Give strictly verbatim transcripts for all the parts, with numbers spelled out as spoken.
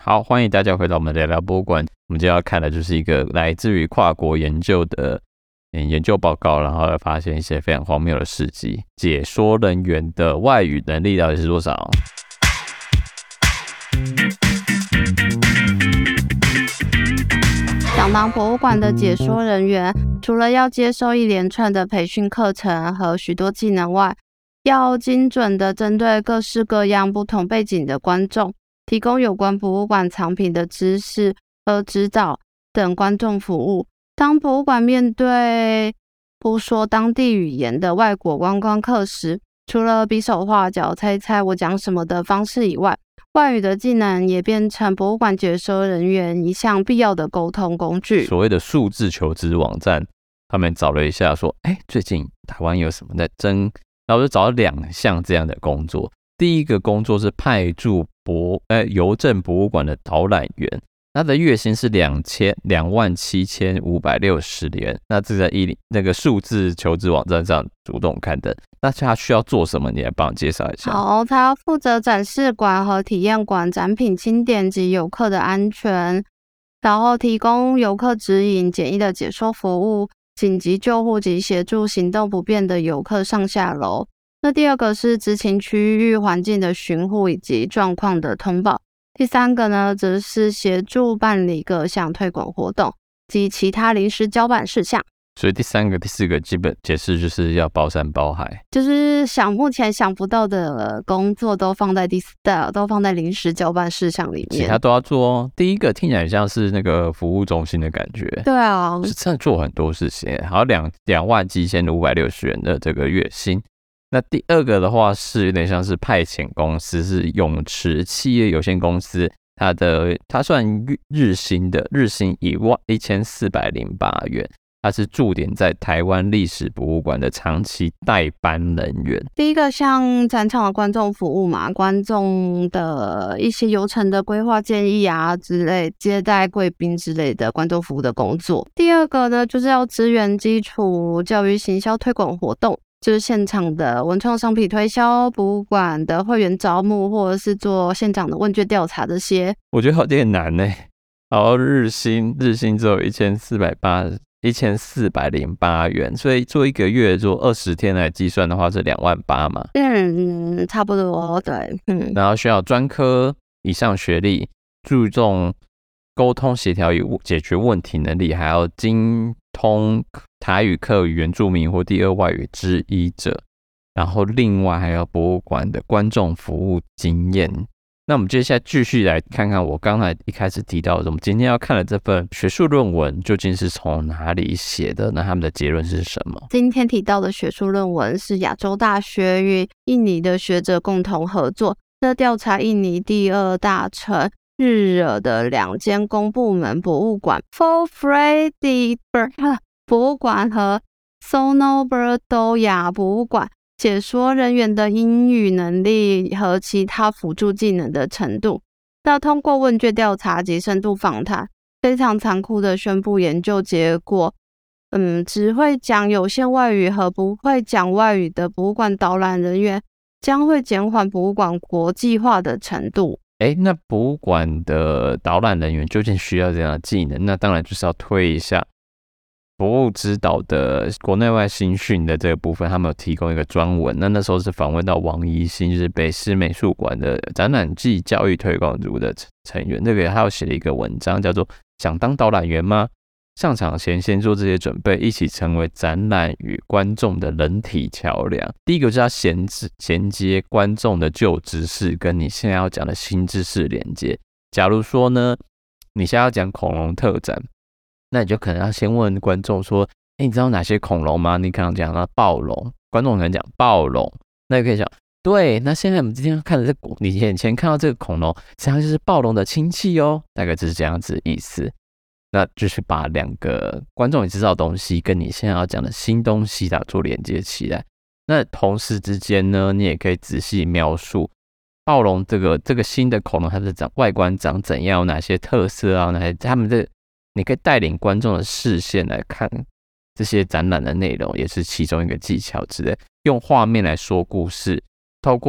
好，欢迎大家回到我们聊聊博物馆。我们今天要看的就是一个来自于跨国研究的研究报告，然后发现一些非常荒谬的事迹。解说人员的外语能力到底是多少？ 想当博物馆的解说人员，除了要接受一连串的培训课程和许多技能外，要精准的针对各式各样不同背景的观众，提供有关博物馆藏品的知识和指导等观众服务。当博物馆面对不说当地语言的外国观光客时，除了比手画脚、猜猜我讲什么的方式以外，外语的技能也变成博物馆解说人员一项必要的沟通工具。 所谓的数字求职网站，他们找了一下说，哎，最近台湾有什么在征，然后就找了两项这样的工作。第一个工作是派驻博呃邮政博物馆的导览员，他的月薪是两千两万七千五百六十元。那这在一那个数字求职网站上主动刊登。那他需要做什么？你来帮我介绍一下。 好，他要负责展示馆和体验馆展品清点及游客的安全，然后提供游客指引、简易的解说服务、紧急救护及协助行动不便的游客上下楼。那第二个是执行区域环境的巡护以及状况的通报。第三个呢，则是协助办理各项推广活动及其他临时交办事项。 所以第三个、第四个基本解释就是要包山包海， 就是想目前想不到的工作都放在第四都放在临时交办事项里面， 其他都要做哦。第一个听起来像是那个服务中心的感觉， 对啊， 是真的做很多事情。好，两两万七千五百六十元的这个月薪。那第二个的话是有点像是派遣公司，是泳池企业有限公司，它的它算日薪的，日薪一万一千四百零八元。它是驻点在台湾历史博物馆的长期代班人员。 第一个像展场的观众服务嘛，观众的一些流程的规划建议啊之类，接待贵宾之类的观众服务的工作。第二个呢，就是要支援基础教育行销推广活动，就是现场的文创商品推销、博物馆的会员招募，或者是做现场的问卷调查这些。 我觉得有点难耶。好，日薪日薪只有一千四百八十。一千四百零八元，所以做一个月做二十天来计算的话是两万八嘛？ 嗯，差不多，对，嗯。 然后需要专科以上学历，注重沟通协调与解决问题能力，还要精通台语、客语、原住民或第二外语之一者。然后另外还有博物馆的观众服务经验。那我们接下来继续来看看我刚才一开始提到的，我们今天要看的这份学术论文究竟是从哪里写的？那他们的结论是什么？ 今天提到的学术论文是亚洲大学与印尼的学者共同合作，在调查印尼第二大城日惹的两间公部门博物馆 Fort Frederick 博物馆和 Sonobertoya 博物馆解说人员的英语能力和其他辅助技能的程度。要通过问卷调查及深度访谈，非常残酷的宣布研究结果，嗯，只会讲有限外语和不会讲外语的博物馆导览人员将会减缓博物馆国际化的程度。 诶，那博物馆的导览人员究竟需要这样的技能？那当然就是要推一下博物指导的国内外新训的这个部分，他们有提供一个专文。那那时候是访问到王怡兴，就是北师美术馆的展览暨教育推广组的成员。这个他有写了一个文章，叫做《想当导览员吗？上场前先做这些准备，一起成为展览与观众的人体桥梁。第一个就是要衔衔接观众的旧知识跟你现在要讲的新知识连接。假如说呢，你现在要讲恐龙特展，那你就可能要先问观众说，欸，你知道哪些恐龙吗？你可能讲到暴龙，观众可能讲暴龙，那你可以讲，对，那现在我们今天看的这个，你眼前看到这个恐龙，实际上就是暴龙的亲戚哦，大概就是这样子的意思。那就是把两个观众也知道的东西跟你现在要讲的新东西打做连接起来。那同时之间呢，你也可以仔细描述暴龙这个这个新的恐龙它的长外观长怎样，有哪些特色啊，哪些他们的。你可以带领观众的视线来看这些展览的内容，也是其中一个技巧之类。用画面来说故事，透过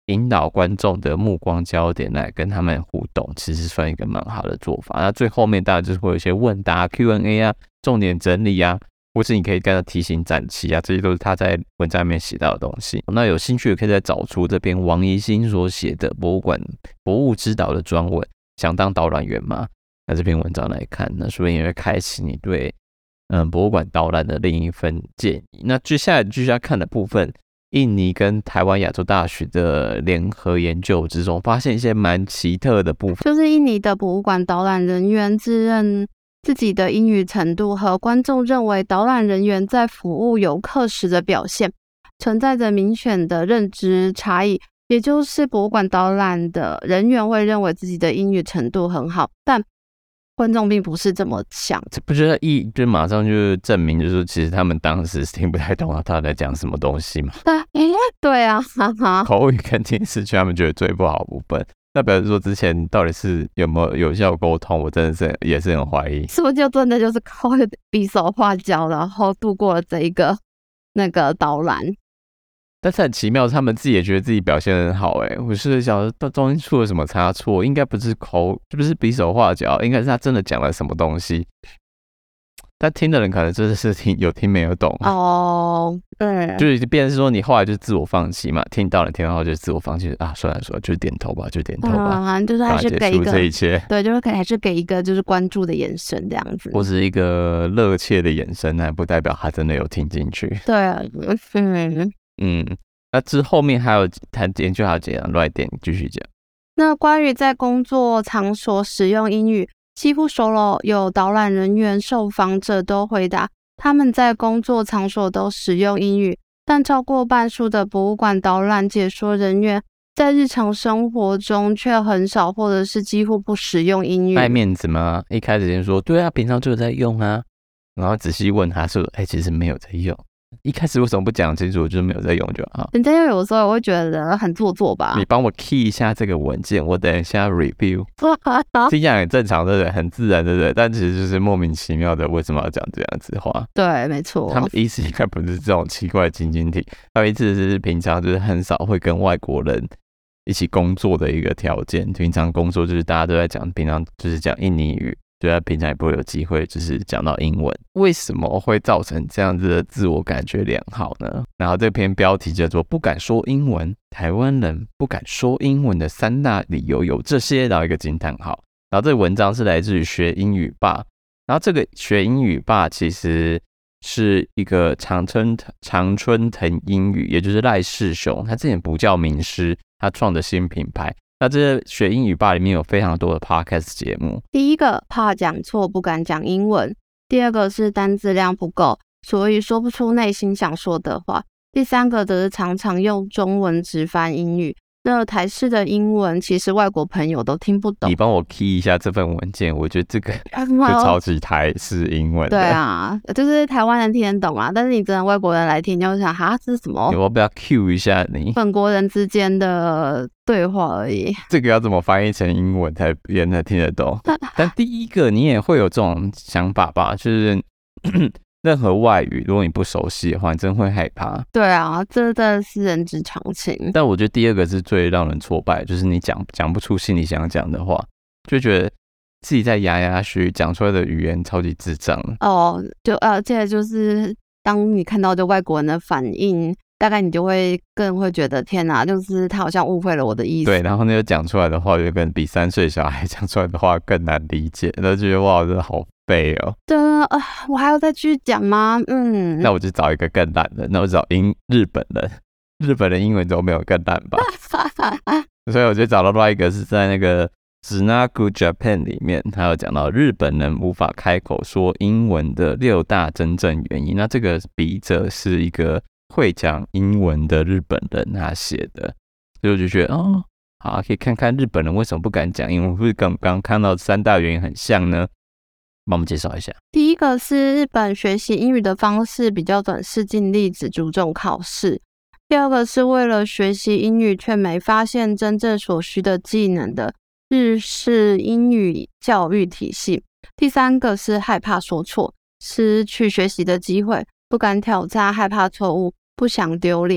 引导观众的目光焦点来跟他们互动，其实算一个蛮好的做法。那最后面当然就是会有一些问答 Q and A 啊，重点整理啊，或是你可以跟他提醒展期啊，这些都是他在文章里面写到的东西。那有兴趣的可以再找出这篇王怡兴所写的博物馆博物之岛的专文，想当导览员吗？那这篇文章来看呢，说不定也会开启你对嗯博物馆导览的另一份建议。那接下来继续要看的部分，印尼跟台湾亚洲大学的联合研究之中，发现一些蛮奇特的部分， 就是印尼的博物馆导览人员自认自己的英语程度和观众认为导览人员在服务游客时的表现存在着明显的认知差异。也就是博物馆导览的人员会认为自己的英语程度很好，但观众并不是这么想。 这不觉得一就马上就证明，就是其实他们当时是听不太懂他在讲什么东西嘛？ 对，对啊，哈哈， 口语跟听是他们觉得最不好的部分。那表示说之前到底是有没有有效沟通，我真的是也是很怀疑， 是不是就真的就是靠比手画脚，然后度过了这一个那个导览？ 但是很奇妙，他们自己也觉得自己表现得很好哎、欸，我是想到中间出了什么差错，应该不是口，就不是比手画脚，应该是他真的讲了什么东西。但听的人可能真的是听有听没有懂哦，对， 就是变成是说你后来就自我放弃嘛，听到了听到后就自我放弃啊，算了算了，就点头吧，就点头吧， 嗯，就是还是给一个这一切， 对，就是还是给一个就是关注的眼神这样子， 或是一个热切的眼神，还不代表他真的有听进去。 对啊，嗯嗯，那之后面还有他研究还有怎样乱点，继续讲。 那关于在工作场所使用英语，几乎所有导览人员受访者都回答他们在工作场所都使用英语，但超过半数的博物馆导览解说人员在日常生活中却很少或者是几乎不使用英语。 爱面子吗？一开始先说对啊，平常就有在用啊，然后仔细问他说，哎、欸，其实没有在用。一开始为什么不讲清楚，就是没有在用就好。 人家又有时候我会觉得很做作吧。 你帮我 key 一下这个文件，我等一下 review。这样很正常，对不对？很自然，对不对？但其实就是莫名其妙的，为什么要讲这样子话？ 对，没错。 他们意思应该不是这种奇怪的情景题，他们意思是平常就是很少会跟外国人一起工作的一个条件。平常工作就是大家都在讲，平常就是讲印尼语。对他平常也不会有机会就是讲到英文，为什么会造成这样子的自我感觉良好呢？然后这篇标题叫做不敢说英文，台湾人不敢说英文的三大理由有这些，然后一个惊叹号。然后这个文章是来自于学英语吧，然后这个学英语吧其实是一个常春常春藤英语，也就是赖世雄，他之前不叫名师，他创的新品牌。那这学英语吧里面有非常多的 podcast 节目。 第一个怕讲错，不敢讲英文；第二个是单字量不够，所以说不出内心想说的话；第三个则是常常用中文直翻英语。那台式的英文其实外国朋友都听不懂。 你帮我 key 一下这份文件，我觉得这个就超级台式英文的。 对啊，就是台湾人听得懂啊，但是你真的外国人来听，你就想哈，这是什么？ 我要不要 cue 一下你？ 本国人之间的对话而已。 这个要怎么翻译成英文才别人才听得懂？但第一个你也会有这种想法吧，就是任何外语如果你不熟悉的话，你真会害怕。 对啊，这真的是人之常情。 但我觉得第二个是最让人挫败，就是你讲讲不出心里想讲的话，就觉得自己在牙牙学语，讲出来的语言超级智障。 哦，就而且就是当你看到就外国人的反应，大概你就会更会觉得天哪，就是他好像误会了我的意思。 对，然后那个讲出来的话，就跟比三岁小孩讲出来的话更难理解，然后觉得哇，真的好废哦。 对啊，呃，我还要再继续讲吗？嗯， 那我就找一个更烂的，那我找英日本人，日本人英文都没有更烂吧？所以我就找到另外一个是在那个 Snaku Japan 里面，他有讲到日本人无法开口说英文的六大真正原因。那这个笔者是一个会讲英文的日本人他写的，所以我就觉得哦，好，可以看看日本人为什么不敢讲英文，会跟刚刚看到三大原因很像呢？帮我们介绍一下。 第一个是日本学习英语的方式比较短视近利，只注重考试。第二个是为了学习英语却没发现真正所需的技能的日式英语教育体系。第三个是害怕说错，失去学习的机会，不敢挑战，害怕错误，不想丢脸。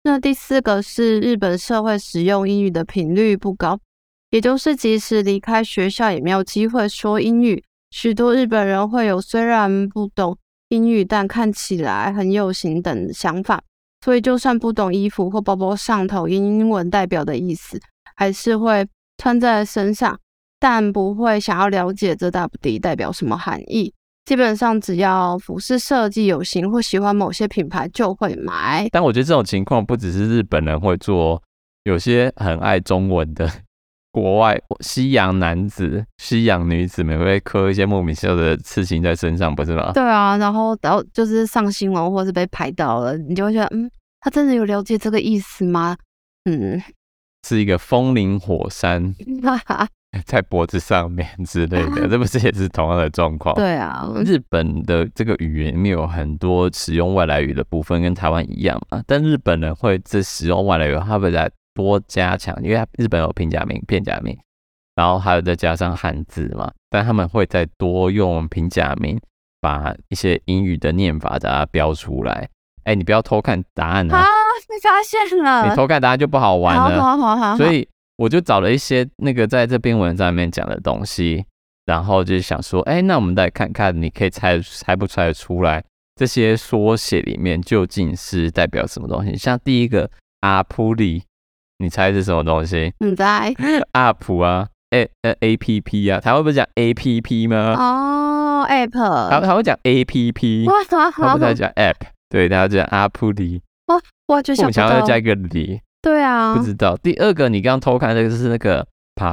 那第四个是日本社会使用英语的频率不高，也就是即使离开学校也没有机会说英语。许多日本人会有虽然不懂英语但看起来很有型等想法，所以就算不懂衣服或包包上头英文代表的意思，还是会穿在身上，但不会想要了解这到底代表什么含义。基本上只要服饰设计有型或喜欢某些品牌就会买。 但我觉得这种情况不只是日本人会做，有些很爱中文的国外西洋男子、西洋女子们会刻一些莫名其妙的刺青在身上，不是吗？ 对啊，然后然后就是上新闻或是被拍到了，你就会觉得，嗯，他真的有了解这个意思吗？嗯， 是一个风林火山在脖子上面之类的，这不是也是同样的状况？ 对啊， 日本的这个语言里面有很多使用外来语的部分，跟台湾一样嘛，但日本人会在使用外来语，他会在多加强，因为日本有平假名、片假名，然后还有再加上汉字嘛，但他们会再多用平假名，把一些英语的念法把它标出来。哎、欸，你不要偷看答案啊！ 啊，被发现了！ 你偷看答案就不好玩了。 好好好好。 所以我就找了一些那个在这篇文章里面讲的东西，然后就想说，哎、欸，那我们再看看，你可以猜猜不猜得出来这些缩写里面究竟是代表什么东西？像第一个阿普里。你猜是什么东西？ 你猜 ？App 啊 ，A A P P 啊，台湾不是讲 A P P 吗？ 哦 ，App， 他他会讲 A P P， 他不太讲 App， 对，他讲阿普里。 哇，我就想不到， 我们想要加一个里。 对啊， 不知道。第二个，你刚刚偷看这个是那个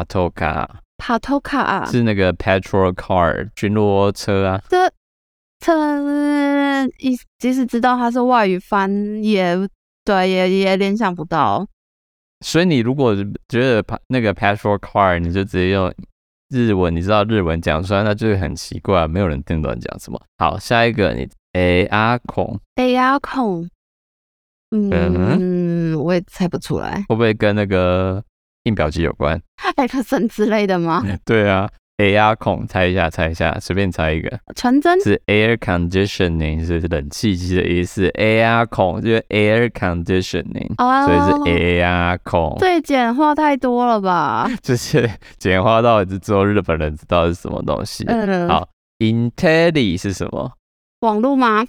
Patoka，Patoka 啊， 是那个 Patrol Car 巡逻车啊。 这这意即使知道它是外语翻，也对，也也联想不到。 所以你如果觉得那个 Patrol Car， 你就直接用日文，你知道日文讲出来，那就会很奇怪，没有人听懂你讲什么。好，下一个你 A R 孔 A R 孔，嗯，嗯我也猜不出来， 会不会跟那个印表机有关 ？Epson 之类的吗？ 对啊。A R 孔，猜一下，猜一下，随便猜一个。 传真是 air conditioning， 是冷气机的意思。A R 孔就是 air conditioning，、oh, 所以是 A R 孔。 对，简化太多了吧？ 就是简化到只有日本人知道是什么东西。嗯、好 ，Intelli 是什么？ 网络吗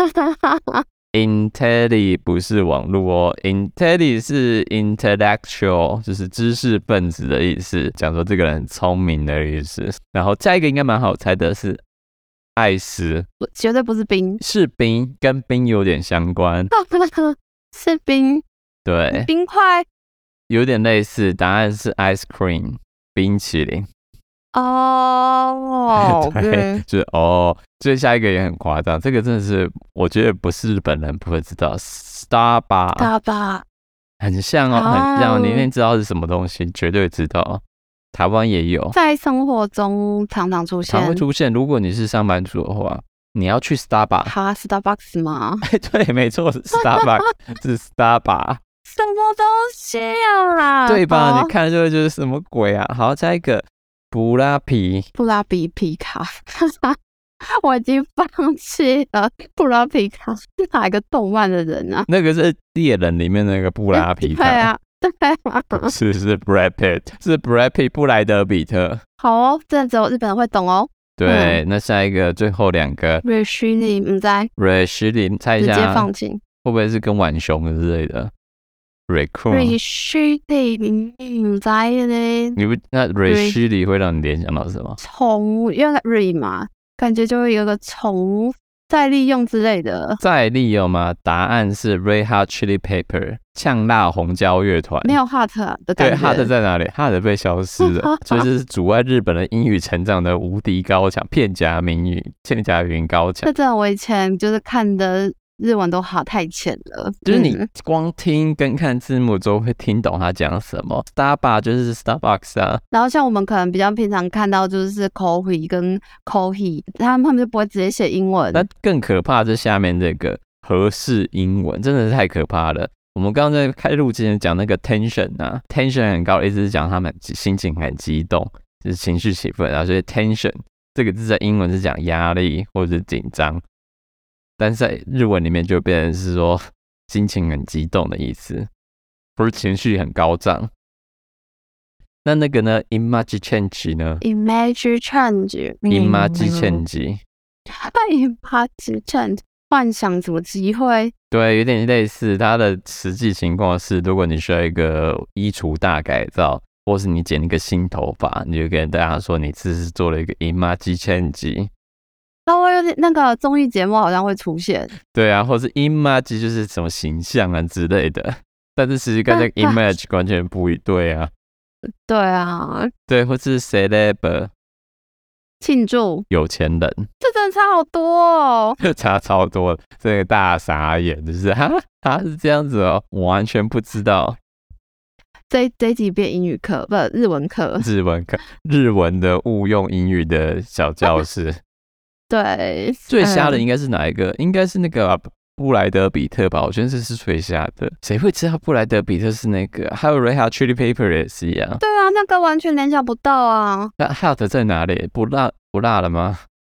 ？Intelli 不是网络哦 ，Intelli 是 intellectual， 就是知识分子的意思，讲说这个人很聪明的意思。然后下一个应该蛮好猜的是爱斯， 绝对不是冰， 是冰，跟冰有点相关， 是冰， 对， 冰块， 有点类似。答案是 ice cream， 冰淇淋。 哦、oh, 对，就是哦，接下一个也很夸张，这个真的是我觉得不是日本人不会知道 ，Starbucks， Starbucks 很像哦， oh. 很像，你一定知道是什么东西，绝对知道。台湾也有， 在生活中常常出现， 常会出现。如果你是上班族的话，你要去 Starbucks， 哈 Starbucks 吗？ 对，没错，是 Starbucks， 是 Starbucks。 什么东西啊？ 对吧？ 哦、 你看就会觉得什么鬼啊？好，下一个。布拉皮， 布拉比皮卡，我已经放弃了。布拉皮卡是哪一个动漫的人啊？ 那个是猎人里面那个布拉皮卡。 对啊，对啊， 不是，是 Brad Pitt， 是 Brad Pitt 布莱德比特。 好哦，这只有日本人会懂哦。 对，嗯、那下一个最后两个， 瑞希里，唔知。 瑞希里，猜一下， 直接放弃， 会不会是跟浣熊之类的？ 瑞希里唔知咧， 你不那瑞希里会让你联想到什么？ 虫，因为瑞嘛，感觉就会有个虫再利用之类的。 再利用吗？答案是 Red Hot Chili Pepper， 呛辣红椒乐团。 没有 Hot 的感觉。 对 ，Hot 在哪里 ？Hot 被消失了，所以这是阻碍日本的英语成长的无敌高墙，片假名语、片假语高墙。 这真的，我以前就是看的。日文都好太浅了， 就是你光听跟看字幕之后会听懂他讲什么。Starbucks 就是 Starbucks 啊， 然后像我们可能比较平常看到就是 coffee 跟 coffee， 他们他们就不会直接写英文。 那更可怕是下面这个和式英文，真的是太可怕了。我们刚刚在开录之前讲那个 tension 啊 ，tension 很高，意思是讲他们心情很激动，就是情绪起伏，然后所以 tension 这个字在英文是讲压力或者是紧张。但是在日文里面就变成是说心情很激动的意思，或是情绪很高涨。那那个呢 image change 呢 image change image change image change 幻想什么机会？ 对，有点类似。它的实际情况是，如果你需要一个衣橱大改造，或是你剪一个新头发，你就跟大家说你这是做了一个 image change。 稍微有点那个综艺节目好像会出现。 对啊，或是 image 就是什么形象啊之类的，但是其实跟这个 image 完全不一对啊。 对啊， 对，或是 celeb 庆祝有钱人， 这真的差好多哦， 差超多，这个大傻眼，就是哈哈是这样子哦，我完全不知道。 这这一集变英语课，不日文课， 日文课，日文的误用英语的小教室。 对， 最瞎的应该是哪一个？嗯、应该是那个、啊、布莱德比特吧？我觉得这是最瞎的。谁会知道布莱德比特是那个？还有 Red Hot Chili Pepper 也是一样。 对啊，那个完全联想不到啊。 那 Hot 在哪里？不辣不辣了吗？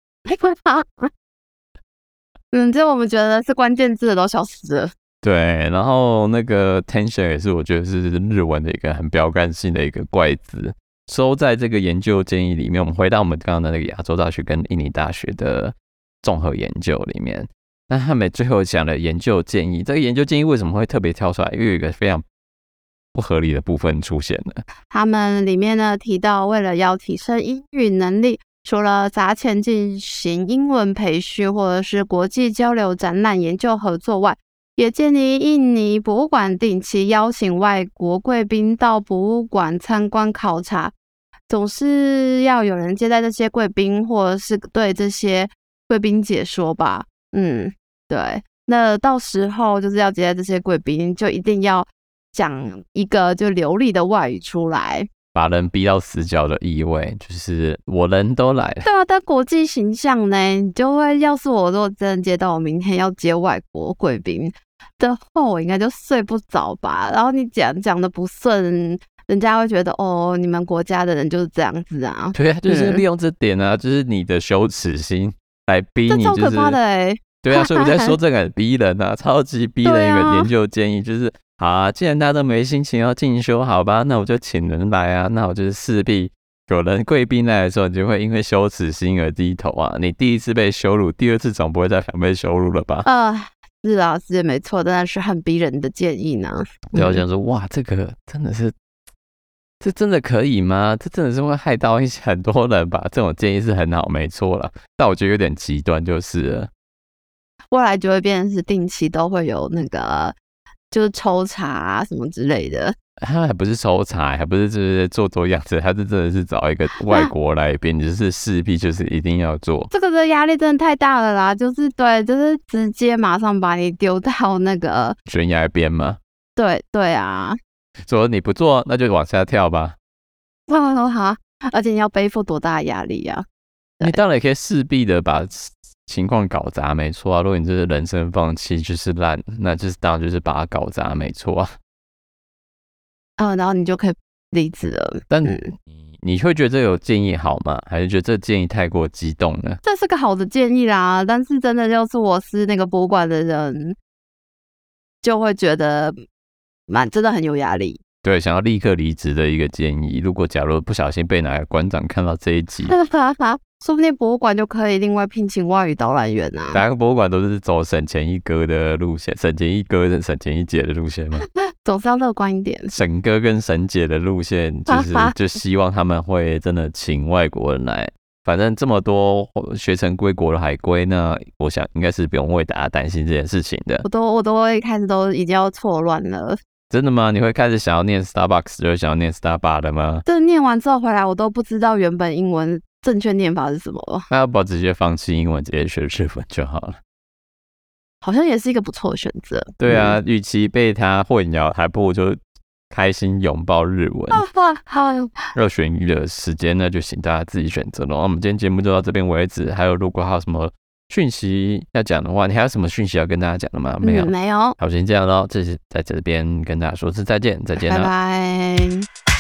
嗯，这我们觉得是关键字的都消失了。 对，然后那个 tension 也是我觉得是日文的一个很标杆性的一个怪字。收在这个研究建议里面，我们回到我们刚刚的那个亚洲大学跟印尼大学的综合研究里面，那他们最后讲的研究建议，这个研究建议为什么会特别跳出来？因为有一个非常不合理的部分出现了。 他们里面呢提到，为了要提升英语能力，除了砸钱进行英文培训或者是国际交流、展览、研究合作外，也建议印尼博物馆定期邀请外国贵宾到博物馆参观考察，总是要有人接待这些贵宾，或者是对这些贵宾解说吧。嗯，对。那到时候就是要接待这些贵宾，就一定要讲一个就流利的外语出来， 把人逼到死角的意味，就是我人都来了。 对啊，但国际形象呢，你就会，要是我如果真的接到我明天要接外国贵宾的话，我应该就睡不着吧。然后你讲讲的不顺，人家会觉得哦，你们国家的人就是这样子啊。 对啊，就是利用这点啊，就是你的羞耻心来逼你，就是这超可怕的哎、欸。 对啊，所以我在说这个很逼人啊，超级逼人一个研究建议，就是好啊，既然大家都没心情要进修，好吧，那我就请人来啊，那我就是势必有人贵宾来的时候，你就会因为羞耻心而低头啊。你第一次被羞辱，第二次总不会再想被羞辱了吧？ 啊、呃，是啊，是没错，真的是很逼人的建议呢。 对，我想说，哇，这个真的是，这真的可以吗？这真的是会害到一些很多人吧？这种建议是很好，没错啦，但我觉得有点极端就是了。 未来就会变成是定期都会有那个，就是抽查啊什么之类的。 他还不是抽查，还不是就是做做样子，他是真的是找一个外国来宾，就是势必就是一定要做。 这个的压力真的太大了啦，就是对，就是直接马上把你丢到那个悬崖边吗？ 对对啊， 说你不做，那就往下跳吧。 好，而且你要背负多大的压力啊？ 你当然也可以势必的把情况搞砸，没错啊。如果你就是人生放弃就是烂，那就是当然就是把它搞砸，没错啊。 嗯，然后你就可以离职了。 但你、嗯、你会觉得这有建议好吗？还是觉得这建议太过激动呢？ 这是个好的建议啦，但是真的就是我是那个博物馆的人，就会觉得蛮真的很有压力。 对，想要立刻离职的一个建议。如果假如不小心被哪个馆长看到这一集， 说不定博物馆就可以另外聘请外语导览员啊。 哪个博物馆都是走省钱一哥的路线，省钱一哥是省钱一姐的路线吗？ 总是要乐观一点。 省哥跟省姐的路线，就是就希望他们会真的请外国人来。反正这么多学成归国的海归，那我想应该是不用为大家担心这件事情的。 我都我都一开始都已经要错乱了。 真的吗？你会开始想要念 Starbucks 就会想要念 Starbucks 的吗？ 这念完之后回来，我都不知道原本英文正确念法是什么。 那要不要直接放弃英文，直接学日文就好了？ 好像也是一个不错的选择。 对啊，与、嗯、其被它混淆，还不如就开心拥抱日文。 好， 二选一的时间呢，就请大家自己选择了。那我们今天节目就到这边为止。还有，如果还有什么讯息要讲的话，你还有什么讯息要跟大家讲的吗？没有， 嗯、没有。 好，先这样咯，这是在这边跟大家说声再见，再见了， 拜拜。